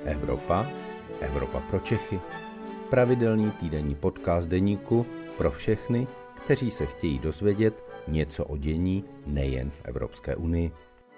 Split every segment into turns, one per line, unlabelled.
Evropa, Evropa pro Čechy. Pravidelný týdenní podcast deníku pro všechny, kteří se chtějí dozvědět něco o dění nejen v Evropské unii.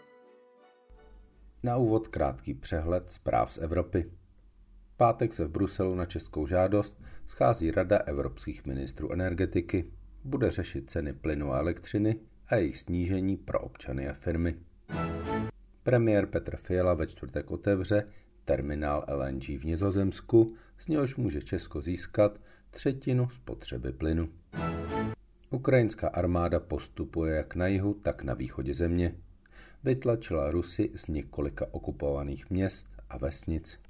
Na úvod krátký přehled zpráv z Evropy. V pátek se v Bruselu na českou žádost schází Rada evropských ministrů energetiky. Bude řešit ceny plynu a elektřiny a jejich snížení pro občany a firmy. Premiér Petr Fiala ve čtvrtek otevře terminál LNG v Nizozemsku, z něhož může Česko získat třetinu spotřeby plynu. Ukrajinská armáda postupuje jak na jihu, tak na východě země. Vytlačila Rusy z několika okupovaných měst a vesnic.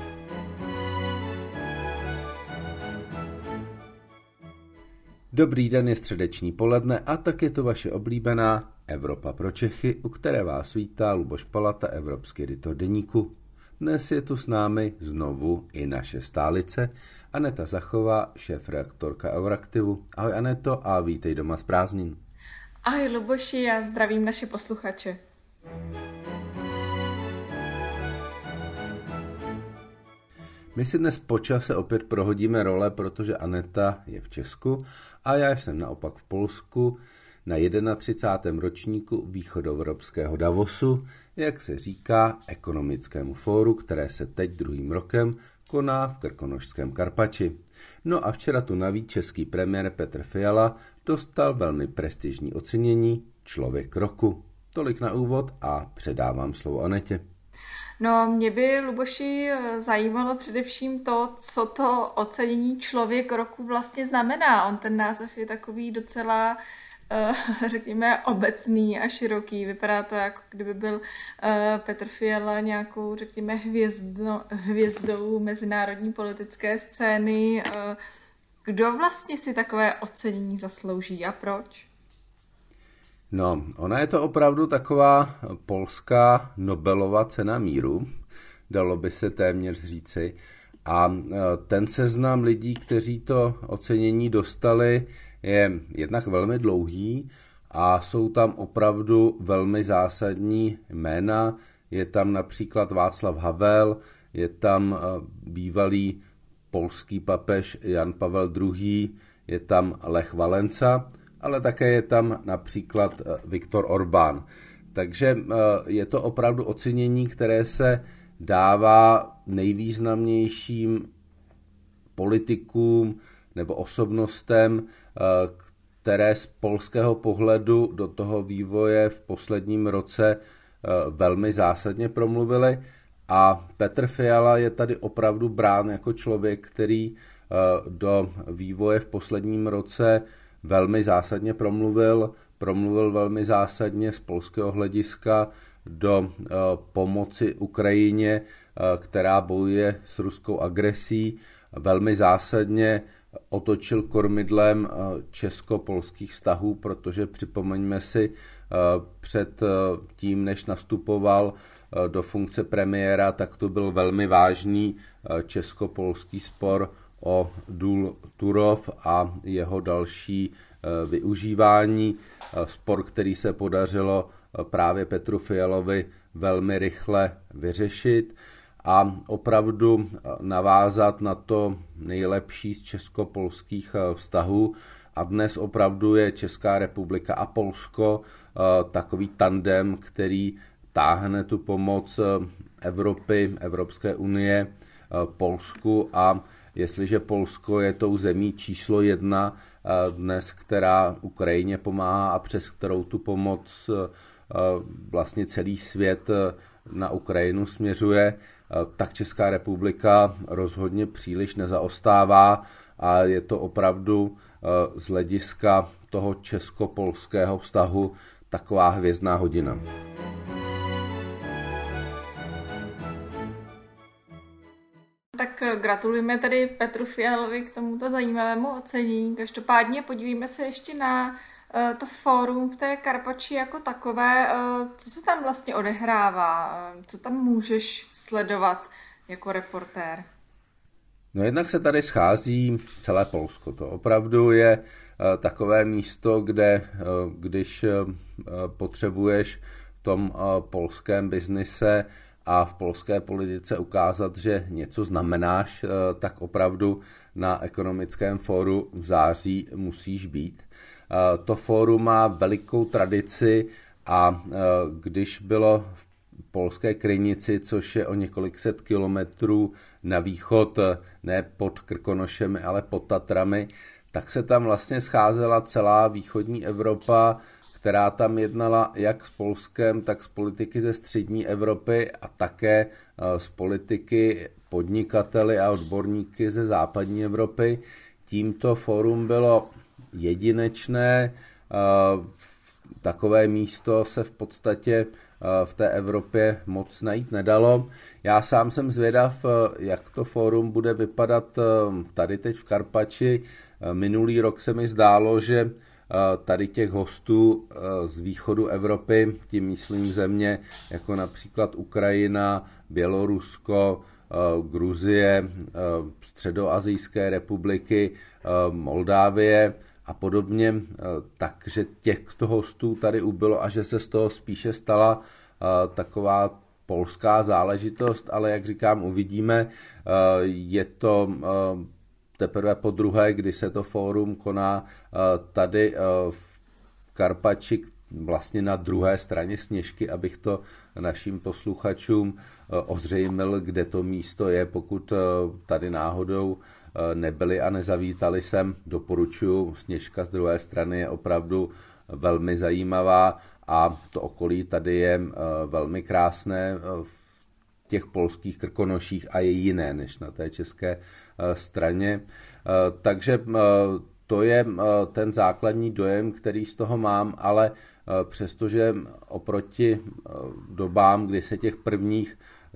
Dobrý den, je středeční poledne a tak je to vaše oblíbená Evropa pro Čechy, u které vás vítá Luboš Palata, evropský editor deníku. Dnes je tu s námi znovu i naše stálice, Aneta Zachová, šéfredaktorka Euraktivu. Ahoj Aneto a vítej doma z prázdnin.
Ahoj Luboši, já zdravím naše posluchače.
My si dnes po čase opět prohodíme role, protože Aneta je v Česku a já jsem naopak v Polsku na 31. ročníku východoevropského Davosu, jak se říká, ekonomickému fóru, které se teď druhým rokem koná v krkonošském Karpači. No a včera tu navíc český premiér Petr Fiala dostal velmi prestižní ocenění Člověk roku. Tolik na úvod a předávám slovo Anetě.
No, mě by, Luboši, zajímalo především to, co to ocenění Člověk roku vlastně znamená. On ten název je takový docela, řekněme, obecný a široký. Vypadá to, jako kdyby byl Petr Fiala nějakou, řekněme, hvězdou mezinárodní politické scény. Kdo vlastně si takové ocenění zaslouží a proč?
No, ona je to opravdu taková polská Nobelova cena míru, dalo by se téměř říci. A ten seznam lidí, kteří to ocenění dostali, je jednak velmi dlouhý a jsou tam opravdu velmi zásadní jména. Je tam například Václav Havel, je tam bývalý polský papež Jan Pavel II., je tam Lech Valenca, ale také je tam například Viktor Orbán. Takže je to opravdu ocenění, které se dává nejvýznamnějším politikům nebo osobnostem, které z polského pohledu do toho vývoje v posledním roce velmi zásadně promluvily. A Petr Fiala je tady opravdu brán jako člověk, který do vývoje v posledním roce velmi zásadně promluvil velmi zásadně z polského hlediska do pomoci Ukrajině, která bojuje s ruskou agresí, velmi zásadně otočil kormidlem česko-polských vztahů, protože připomeňme si, před tím, než nastupoval do funkce premiéra, tak to byl velmi vážný česko-polský spor o důl Turów a jeho další využívání. Spor, který se podařilo právě Petru Fialovi velmi rychle vyřešit a opravdu navázat na to nejlepší z česko-polských vztahů. A dnes opravdu je Česká republika a Polsko takový tandem, který táhne tu pomoc Evropy, Evropské unie Polsku, a jestliže Polsko je tou zemí číslo 1 dnes, která Ukrajině pomáhá a přes kterou tu pomoc vlastně celý svět na Ukrajinu směřuje, tak Česká republika rozhodně příliš nezaostává a je to opravdu z hlediska toho česko-polského vztahu taková hvězdná hodina.
Tak gratulujeme tedy Petru Fialovi k tomuto zajímavému ocenění. Každopádně podívejme se ještě na to fórum v té Karpači jako takové. Co se tam vlastně odehrává? Co tam můžeš sledovat jako reportér?
No jednak se tady schází celé Polsko. To opravdu je takové místo, kde když potřebuješ v tom polském biznise a v polské politice ukázat, že něco znamenáš, tak opravdu na ekonomickém fóru v září musíš být. To fórum má velikou tradici a když bylo v polské Krynici, což je o několik set kilometrů na východ, ne pod Krkonošemi, ale pod Tatrami, tak se tam vlastně scházela celá východní Evropa, která tam jednala jak s Polskem, tak s politiky ze střední Evropy a také s politiky, podnikateli a odborníky ze západní Evropy. Tímto fórum bylo jedinečné, takové místo se v podstatě v té Evropě moc najít nedalo. Já sám jsem zvědav, jak to fórum bude vypadat tady teď v Karpači. Minulý rok se mi zdálo, že tady těch hostů z východu Evropy, tím myslím země jako například Ukrajina, Bělorusko, Gruzie, Středoasijské republiky, Moldávie a podobně, takže těchto hostů tady ubylo a že se z toho spíše stala taková polská záležitost, ale jak říkám, uvidíme. Je to teprve po druhé, kdy se to fórum koná tady v Karpači, vlastně na druhé straně Sněžky, abych to našim posluchačům ozřejmil, kde to místo je, pokud tady náhodou nebyli a nezavítali sem, doporučuji. Sněžka z druhé strany je opravdu velmi zajímavá a to okolí tady je velmi krásné v těch polských Krkonoších a je jiné než na té české straně. Takže to je ten základní dojem, který z toho mám, ale přestože oproti dobám, kdy se těch prvních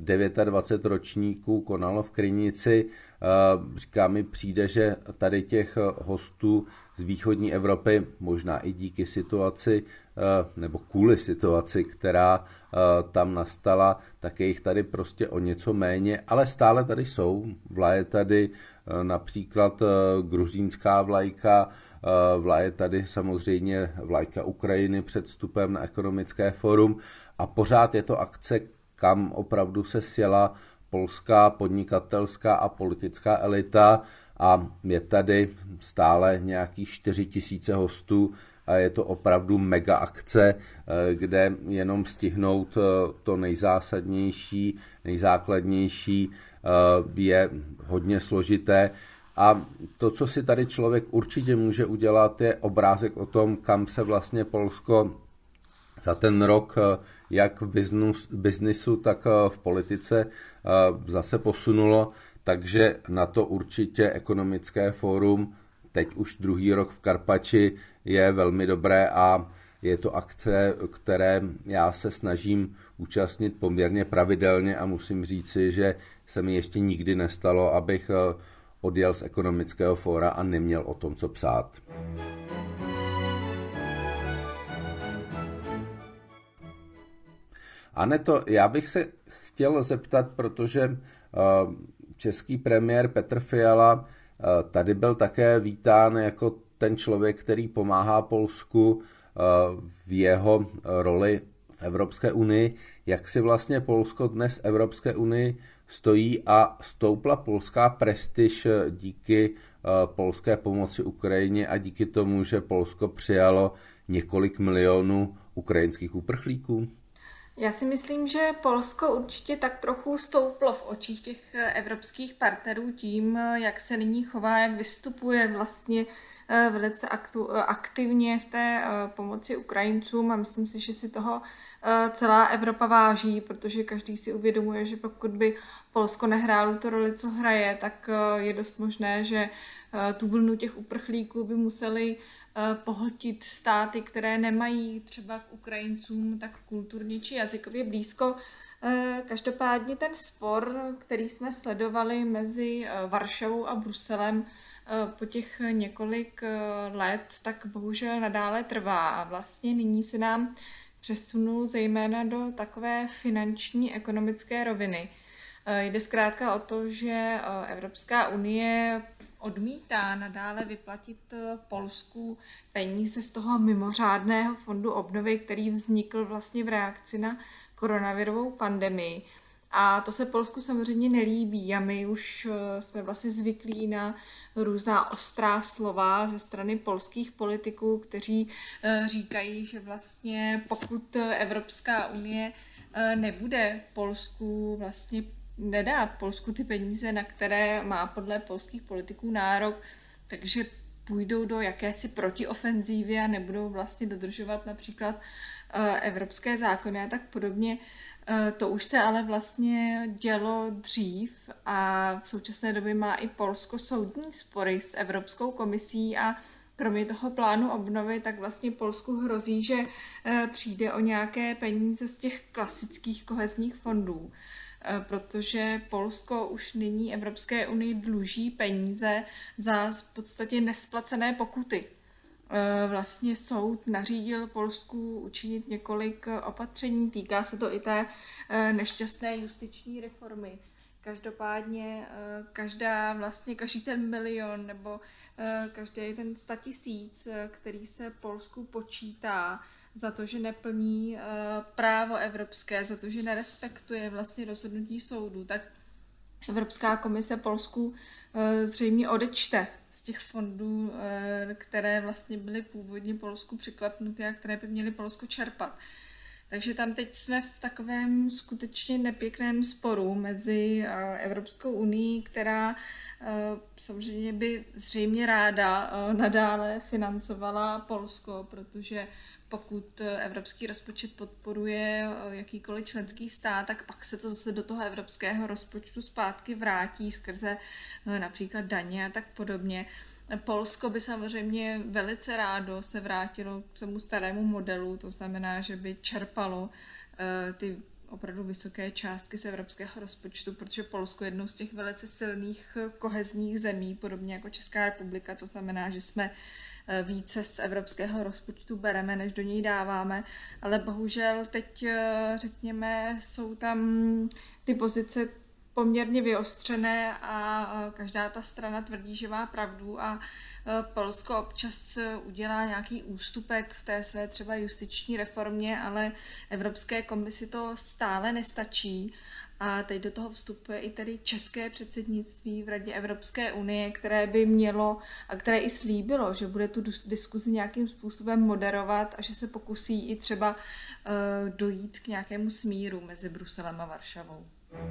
29 ročníků konalo v Krynici, říká mi, přijde, že tady těch hostů z východní Evropy, možná i díky situaci, nebo kvůli situaci, která tam nastala, tak je jich tady prostě o něco méně, ale stále tady jsou. Vlaje tady například gruzínská vlajka, vlaje tady samozřejmě vlajka Ukrajiny před vstupem na ekonomické fórum a pořád je to akce, kam opravdu se sjela polská podnikatelská a politická elita a je tady stále nějakých 4 000 hostů a je to opravdu mega akce, kde jenom stihnout to nejzásadnější, nejzákladnější je hodně složité. A to, co si tady člověk určitě může udělat, je obrázek o tom, kam se vlastně Polsko za ten rok jak v biznisu, tak v politice zase posunulo, takže na to určitě ekonomické fórum, teď už druhý rok v Karpači, je velmi dobré a je to akce, které já se snažím účastnit poměrně pravidelně a musím říci, že se mi ještě nikdy nestalo, abych odjel z ekonomického fóra a neměl o tom, co psát. Aneto, já bych se chtěl zeptat, protože český premiér Petr Fiala tady byl také vítán jako ten člověk, který pomáhá Polsku v jeho roli v Evropské unii. Jak si vlastně Polsko dnes v Evropské unii stojí a stoupla polská prestiž díky polské pomoci Ukrajině a díky tomu, že Polsko přijalo několik milionů ukrajinských uprchlíků?
Já si myslím, že Polsko určitě tak trochu stouplo v očích těch evropských partnerů tím, jak se nyní chová, jak vystupuje vlastně velice aktivně v té pomoci Ukrajincům a myslím si, že si toho celá Evropa váží, protože každý si uvědomuje, že pokud by Polsko nehrálo tu roli, co hraje, tak je dost možné, že tu vlnu těch uprchlíků by museli pohltit státy, které nemají třeba k Ukrajincům tak kulturně či jazykově blízko. Každopádně ten spor, který jsme sledovali mezi Varšavou a Bruselem po těch několik let, tak bohužel nadále trvá a vlastně nyní se nám přesunul zejména do takové finanční, ekonomické roviny. Jde zkrátka o to, že Evropská unie odmítá nadále vyplatit Polsku peníze z toho mimořádného fondu obnovy, který vznikl vlastně v reakci na koronavirovou pandemii. A to se Polsku samozřejmě nelíbí a my už jsme vlastně zvyklí na různá ostrá slova ze strany polských politiků, kteří říkají, že vlastně pokud Evropská unie nebude Polsku vlastně nedá Polsku ty peníze, na které má podle polských politiků nárok, takže půjdou do jakési protiofenzívy a nebudou vlastně dodržovat například evropské zákony a tak podobně. To už se ale vlastně dělo dřív a v současné době má i Polsko soudní spory s Evropskou komisí a kromě toho plánu obnovy, tak vlastně Polsku hrozí, že přijde o nějaké peníze z těch klasických kohezních fondů, protože Polsko už nyní Evropské unii dluží peníze za v podstatě nesplacené pokuty. Vlastně soud nařídil Polsku učinit několik opatření, týká se to i té nešťastné justiční reformy. Každopádně každý ten milion nebo každý ten 100 000, který se Polsku počítá za to, že neplní právo evropské, za to, že nerespektuje vlastně rozhodnutí soudu, tak Evropská komise Polsku zřejmě odečte z těch fondů, které vlastně byly původně Polsku přiklepnuty a které by měly Polsko čerpat. Takže tam teď jsme v takovém skutečně nepěkném sporu mezi Evropskou unií, která samozřejmě by zřejmě ráda nadále financovala Polsko, protože pokud evropský rozpočet podporuje jakýkoliv členský stát, tak pak se to zase do toho evropského rozpočtu zpátky vrátí skrze například daně a tak podobně. Polsko by samozřejmě velice rádo se vrátilo k tomu starému modelu, to znamená, že by čerpalo ty opravdu vysoké částky z evropského rozpočtu, protože Polsko je jednou z těch velice silných kohezních zemí, podobně jako Česká republika, to znamená, že jsme více z evropského rozpočtu bereme, než do něj dáváme, ale bohužel teď, řekněme, jsou tam ty pozice poměrně vyostřené a každá ta strana tvrdí, že má pravdu a Polsko občas udělá nějaký ústupek v té své třeba justiční reformě, ale Evropské komisi to stále nestačí. A teď do toho vstupuje i tedy české předsednictví v Radě Evropské unie, které by mělo a které i slíbilo, že bude tu diskuzi nějakým způsobem moderovat a že se pokusí i třeba dojít k nějakému smíru mezi Bruselem a Varšavou.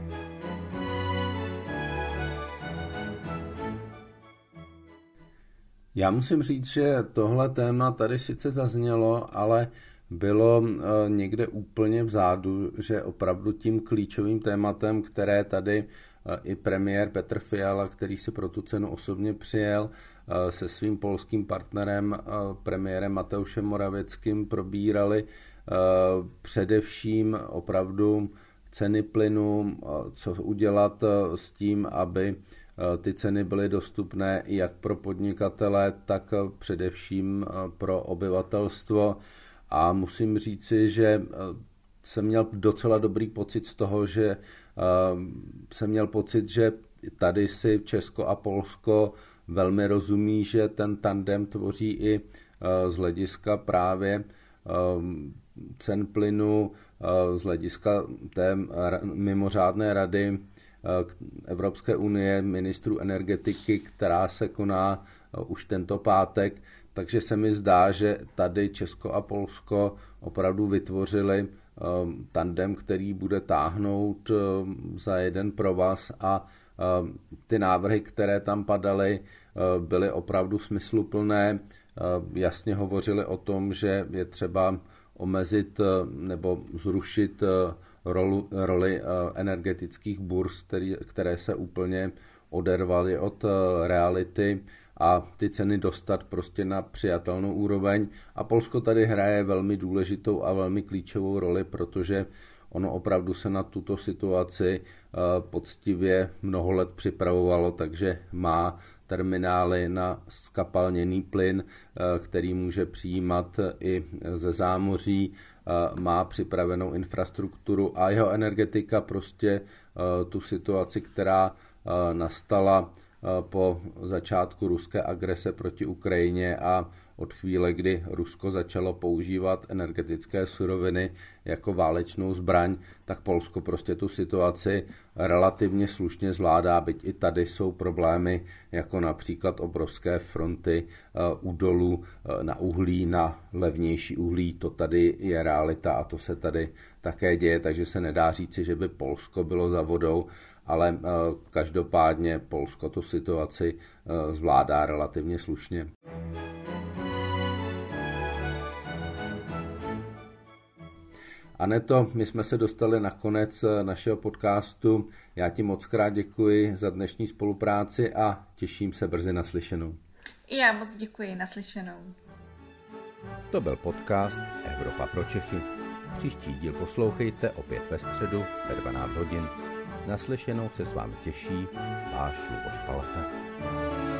Já musím říct, že tohle téma tady sice zaznělo, ale bylo někde úplně vzadu, že opravdu tím klíčovým tématem, které tady i premiér Petr Fiala, který si pro tu cenu osobně přijel, se svým polským partnerem, premiérem Mateuszem Morawieckým probírali především opravdu ceny plynu, co udělat s tím, aby ty ceny byly dostupné jak pro podnikatele, tak především pro obyvatelstvo. A musím říci, že jsem měl docela dobrý pocit z toho, že tady si Česko a Polsko velmi rozumí, že ten tandem tvoří i z hlediska právě cen plynu, z hlediska té mimořádné rady Evropské unie ministrů energetiky, která se koná už tento pátek. Takže se mi zdá, že tady Česko a Polsko opravdu vytvořili tandem, který bude táhnout za jeden provaz a ty návrhy, které tam padaly, byly opravdu smysluplné. Jasně hovořili o tom, že je třeba omezit nebo zrušit roli energetických burz, které se úplně odervaly od reality a ty ceny dostat prostě na přijatelnou úroveň. A Polsko tady hraje velmi důležitou a velmi klíčovou roli, protože ono opravdu se na tuto situaci poctivě mnoho let připravovalo, takže má terminály na skapalněný plyn, který může přijímat i ze zámoří, má připravenou infrastrukturu a jeho energetika prostě tu situaci, která nastala po začátku ruské agrese proti Ukrajině a od chvíle, kdy Rusko začalo používat energetické suroviny jako válečnou zbraň, tak Polsko prostě tu situaci relativně slušně zvládá, byť i tady jsou problémy, jako například obrovské fronty u dolů na uhlí, na levnější uhlí. To tady je realita a to se tady také děje, takže se nedá říci, že by Polsko bylo za vodou, ale každopádně Polsko tu situaci zvládá relativně slušně. Aneto, my jsme se dostali na konec našeho podcastu. Já ti moc krát děkuji za dnešní spolupráci a těším se brzy naslyšenou.
Já moc děkuji, naslyšenou.
To byl podcast Evropa pro Čechy. Příští díl poslouchejte opět ve středu ve 12 hodin. Naslyšenou se s vámi těší váš Luboš Palata.